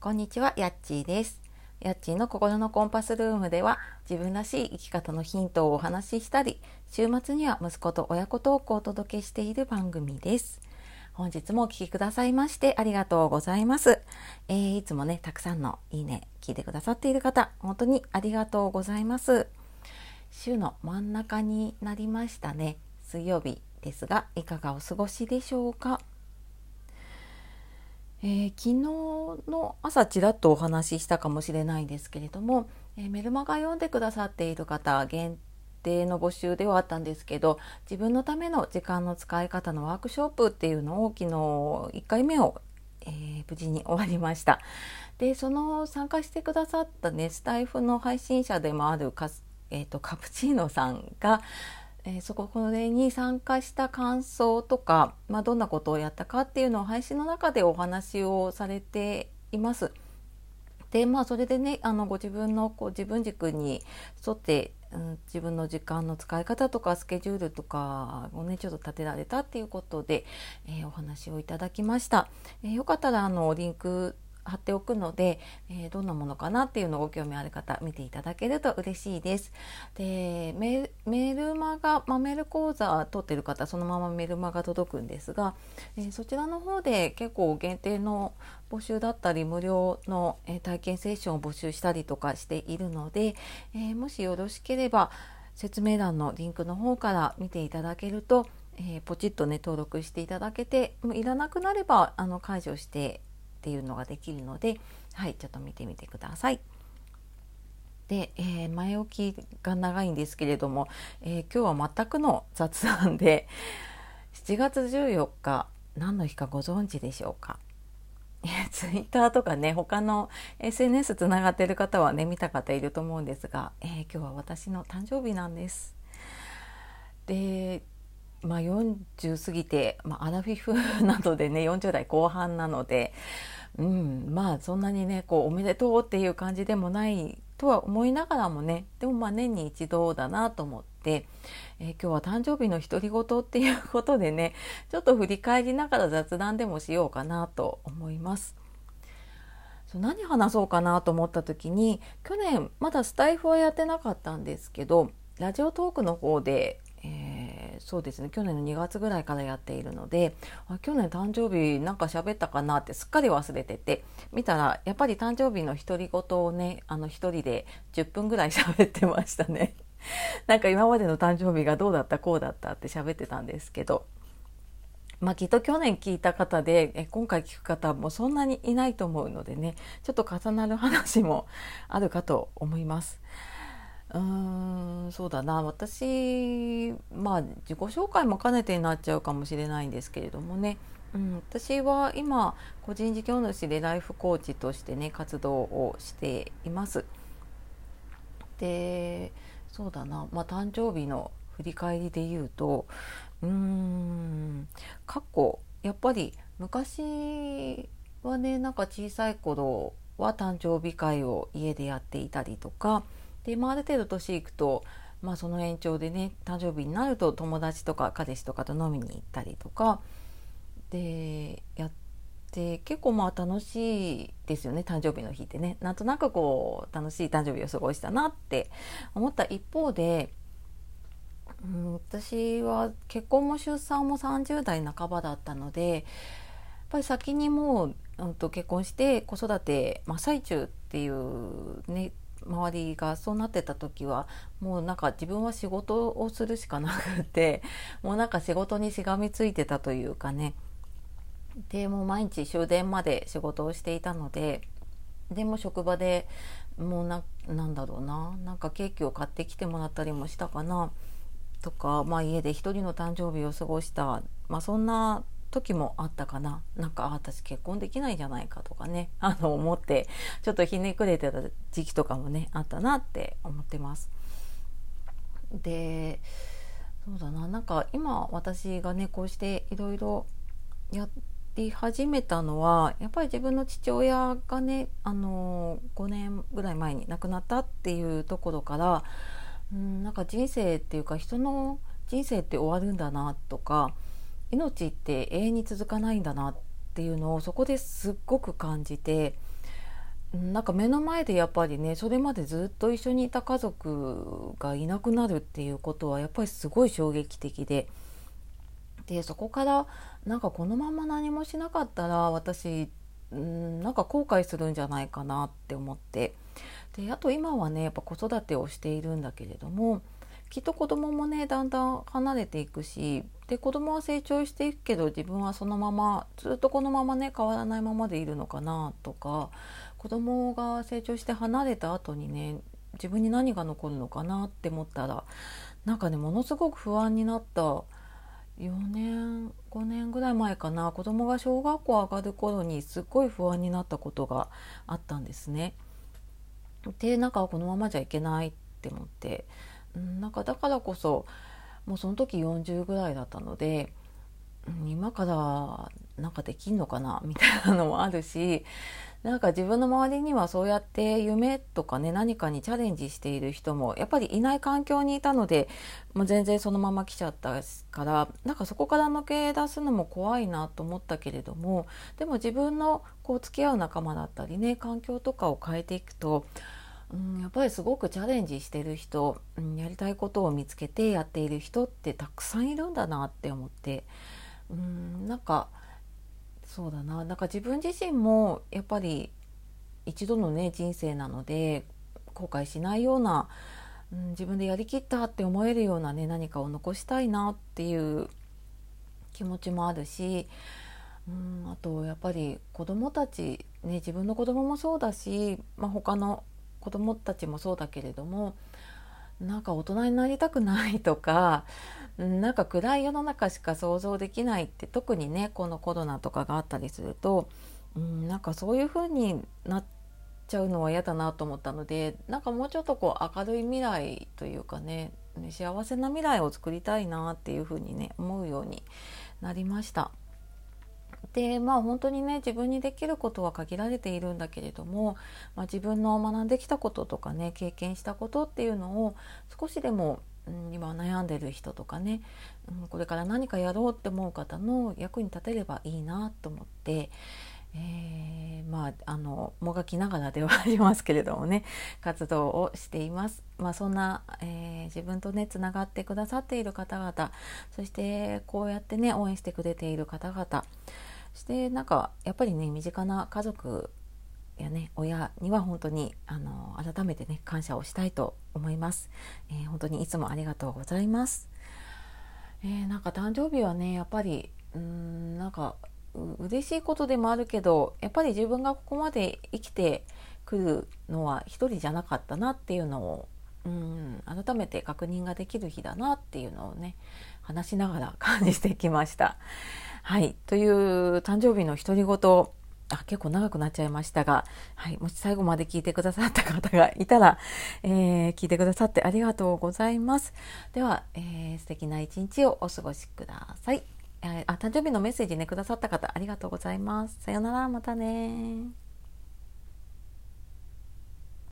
こんにちは、やっちーです。やっちーの心のコンパスルームでは、自分らしい生き方のヒントをお話ししたり、週末には息子と親子トークをお届けしている番組です。本日もお聞きくださいましてありがとうございます。いつもね、たくさんのいいね、聞いてくださっている方、本当にありがとうございます。週の真ん中になりましたね。水曜日ですが、いかがお過ごしでしょうか。昨日の朝ちらっとお話ししたかもしれないんですけれども、メルマガ読んでくださっている方限定の募集ではあったんですけど、自分のための時間の使い方のワークショップっていうのを昨日1回目を、無事に終わりました。で、その参加してくださったね、スタイフの配信者でもあるカプチーノさんがこれに参加した感想とか、どんなことをやったかっていうのを配信の中でお話をされています。で、それでね、ご自分の自分軸に沿って、自分の時間の使い方とかスケジュールとかをねちょっと立てられたっていうことで、お話をいただきました。よかったらリンク貼っておくので、どんなものかなっていうのをご興味ある方見ていただけると嬉しいです。で、メルマガ、メール講座取ってる方そのままメルマガ届くんですが、そちらの方で結構限定の募集だったり無料の、体験セッションを募集したりとかしているので、もしよろしければ説明欄のリンクの方から見ていただけると、ポチッとね登録していただけて、いらなくなれば解除してっていうのができるので、はい、ちょっと見てみてください。で、前置きが長いんですけれども、今日は全くの雑談で、7月14日何の日かご存知でしょうか。ツイッターとかね他の SNS つながっている方はね見た方いると思うんですが、今日は私の誕生日なんです。で、40過ぎて、アラフィフなのでね40代後半なので、そんなにねおめでとうっていう感じでもないとは思いながらもね、でも年に一度だなと思って、今日は誕生日の独り言っていうことでねちょっと振り返りながら雑談でもしようかなと思います。何話そうかなと思った時に、去年まだスタイフはやってなかったんですけど、ラジオトークの方で、そうですね、去年の2月ぐらいからやっているので、去年誕生日なんか喋ったかなってすっかり忘れてて、見たらやっぱり誕生日の独り言をね一人で10分ぐらい喋ってましたね。なんか今までの誕生日がどうだったこうだったって喋ってたんですけど、きっと去年聞いた方で今回聞く方もそんなにいないと思うのでね、ちょっと重なる話もあるかと思います。そうだな、私自己紹介も兼ねてになっちゃうかもしれないんですけれどもね、私は今個人事業主でライフコーチとしてね活動をしています。で、そうだな、誕生日の振り返りで言うと、過去やっぱり昔はね、なんか小さい頃は誕生日会を家でやっていたりとかで、ある程度年いくと、その延長でね誕生日になると友達とか彼氏とかと飲みに行ったりとかでやって、結構楽しいですよね。誕生日の日ってね、なんとなく楽しい誕生日を過ごしたなって思った一方で、私は結婚も出産も30代半ばだったので、やっぱり先にもう、結婚して子育て真っ最中っていうね周りがそうなってた時は、もうなんか自分は仕事をするしかなくて、もうなんか仕事にしがみついてたというかね、でもう毎日終電まで仕事をしていたので、でも職場でもうなんだろうな、なんかケーキを買ってきてもらったりもしたかなとか、家で一人の誕生日を過ごした、そんな時もあったかな。なんか私結婚できないんじゃないかとかね思ってちょっとひねくれてた時期とかもねあったなって思ってます。で、そうだな、なんか今私がねこうしていろいろやり始めたのは、やっぱり自分の父親がね5年ぐらい前に亡くなったっていうところから、なんか人生っていうか人の人生って終わるんだなとか、命って永遠に続かないんだなっていうのをそこですっごく感じて、 なんか目の前でやっぱりね、それまでずっと一緒にいた家族がいなくなるっていうことはやっぱりすごい衝撃的で、そこからなんかこのまま何もしなかったら私なんか後悔するんじゃないかなって思って、であと今はねやっぱ子育てをしているんだけれども、きっと子供もねだんだん離れていくし、で子供は成長していくけど自分はそのままずっとこのままね変わらないままでいるのかなとか、子供が成長して離れた後にね自分に何が残るのかなって思ったら、なんかねものすごく不安になった。4年5年ぐらい前かな、子供が小学校上がる頃にすっごい不安になったことがあったんですね。でなんかこのままじゃいけないって思って、なんかだからこそもうその時40ぐらいだったので、今からなんかできんのかなみたいなのもあるし、なんか自分の周りにはそうやって夢とかね何かにチャレンジしている人もやっぱりいない環境にいたので、もう全然そのまま来ちゃったから、なんかそこから抜け出すのも怖いなと思ったけれども、でも自分のこう付き合う仲間だったりね環境とかを変えていくと、やっぱりすごくチャレンジしてる人、やりたいことを見つけてやっている人ってたくさんいるんだなって思って、なんかそうだな、なんか自分自身もやっぱり一度のね人生なので後悔しないような、自分でやりきったって思えるようなね何かを残したいなっていう気持ちもあるし、あとやっぱり子供たちね、自分の子供もそうだし、他の子供たちもそうだけれども、なんか大人になりたくないとか、なんか暗い世の中しか想像できないって、特にねこのコロナとかがあったりすると、なんかそういう風になっちゃうのは嫌だなと思ったので、なんかもうちょっとこう明るい未来というかね、幸せな未来を作りたいなっていう風にね思うようになりました。で本当にね自分にできることは限られているんだけれども、自分の学んできたこととかね経験したことっていうのを少しでも、今悩んでる人とかね、これから何かやろうって思う方の役に立てればいいなと思って、もがきながらではありますけれどもね活動をしています。そんな、自分とねつながってくださっている方々、そしてこうやってね応援してくれている方々、そしてなんかやっぱりね身近な家族やね親には本当に改めてね感謝をしたいと思います。本当にいつもありがとうございます。なんか誕生日はねやっぱりなんか嬉しいことでもあるけど、やっぱり自分がここまで生きてくるのは一人じゃなかったなっていうのを、改めて確認ができる日だなっていうのをね話しながら感じてきました。はい、という誕生日の独り言、結構長くなっちゃいましたが、はい、もし最後まで聞いてくださった方がいたら、聞いてくださってありがとうございます。では、素敵な一日をお過ごしください。誕生日のメッセージねくださった方ありがとうございます。さようなら、またね。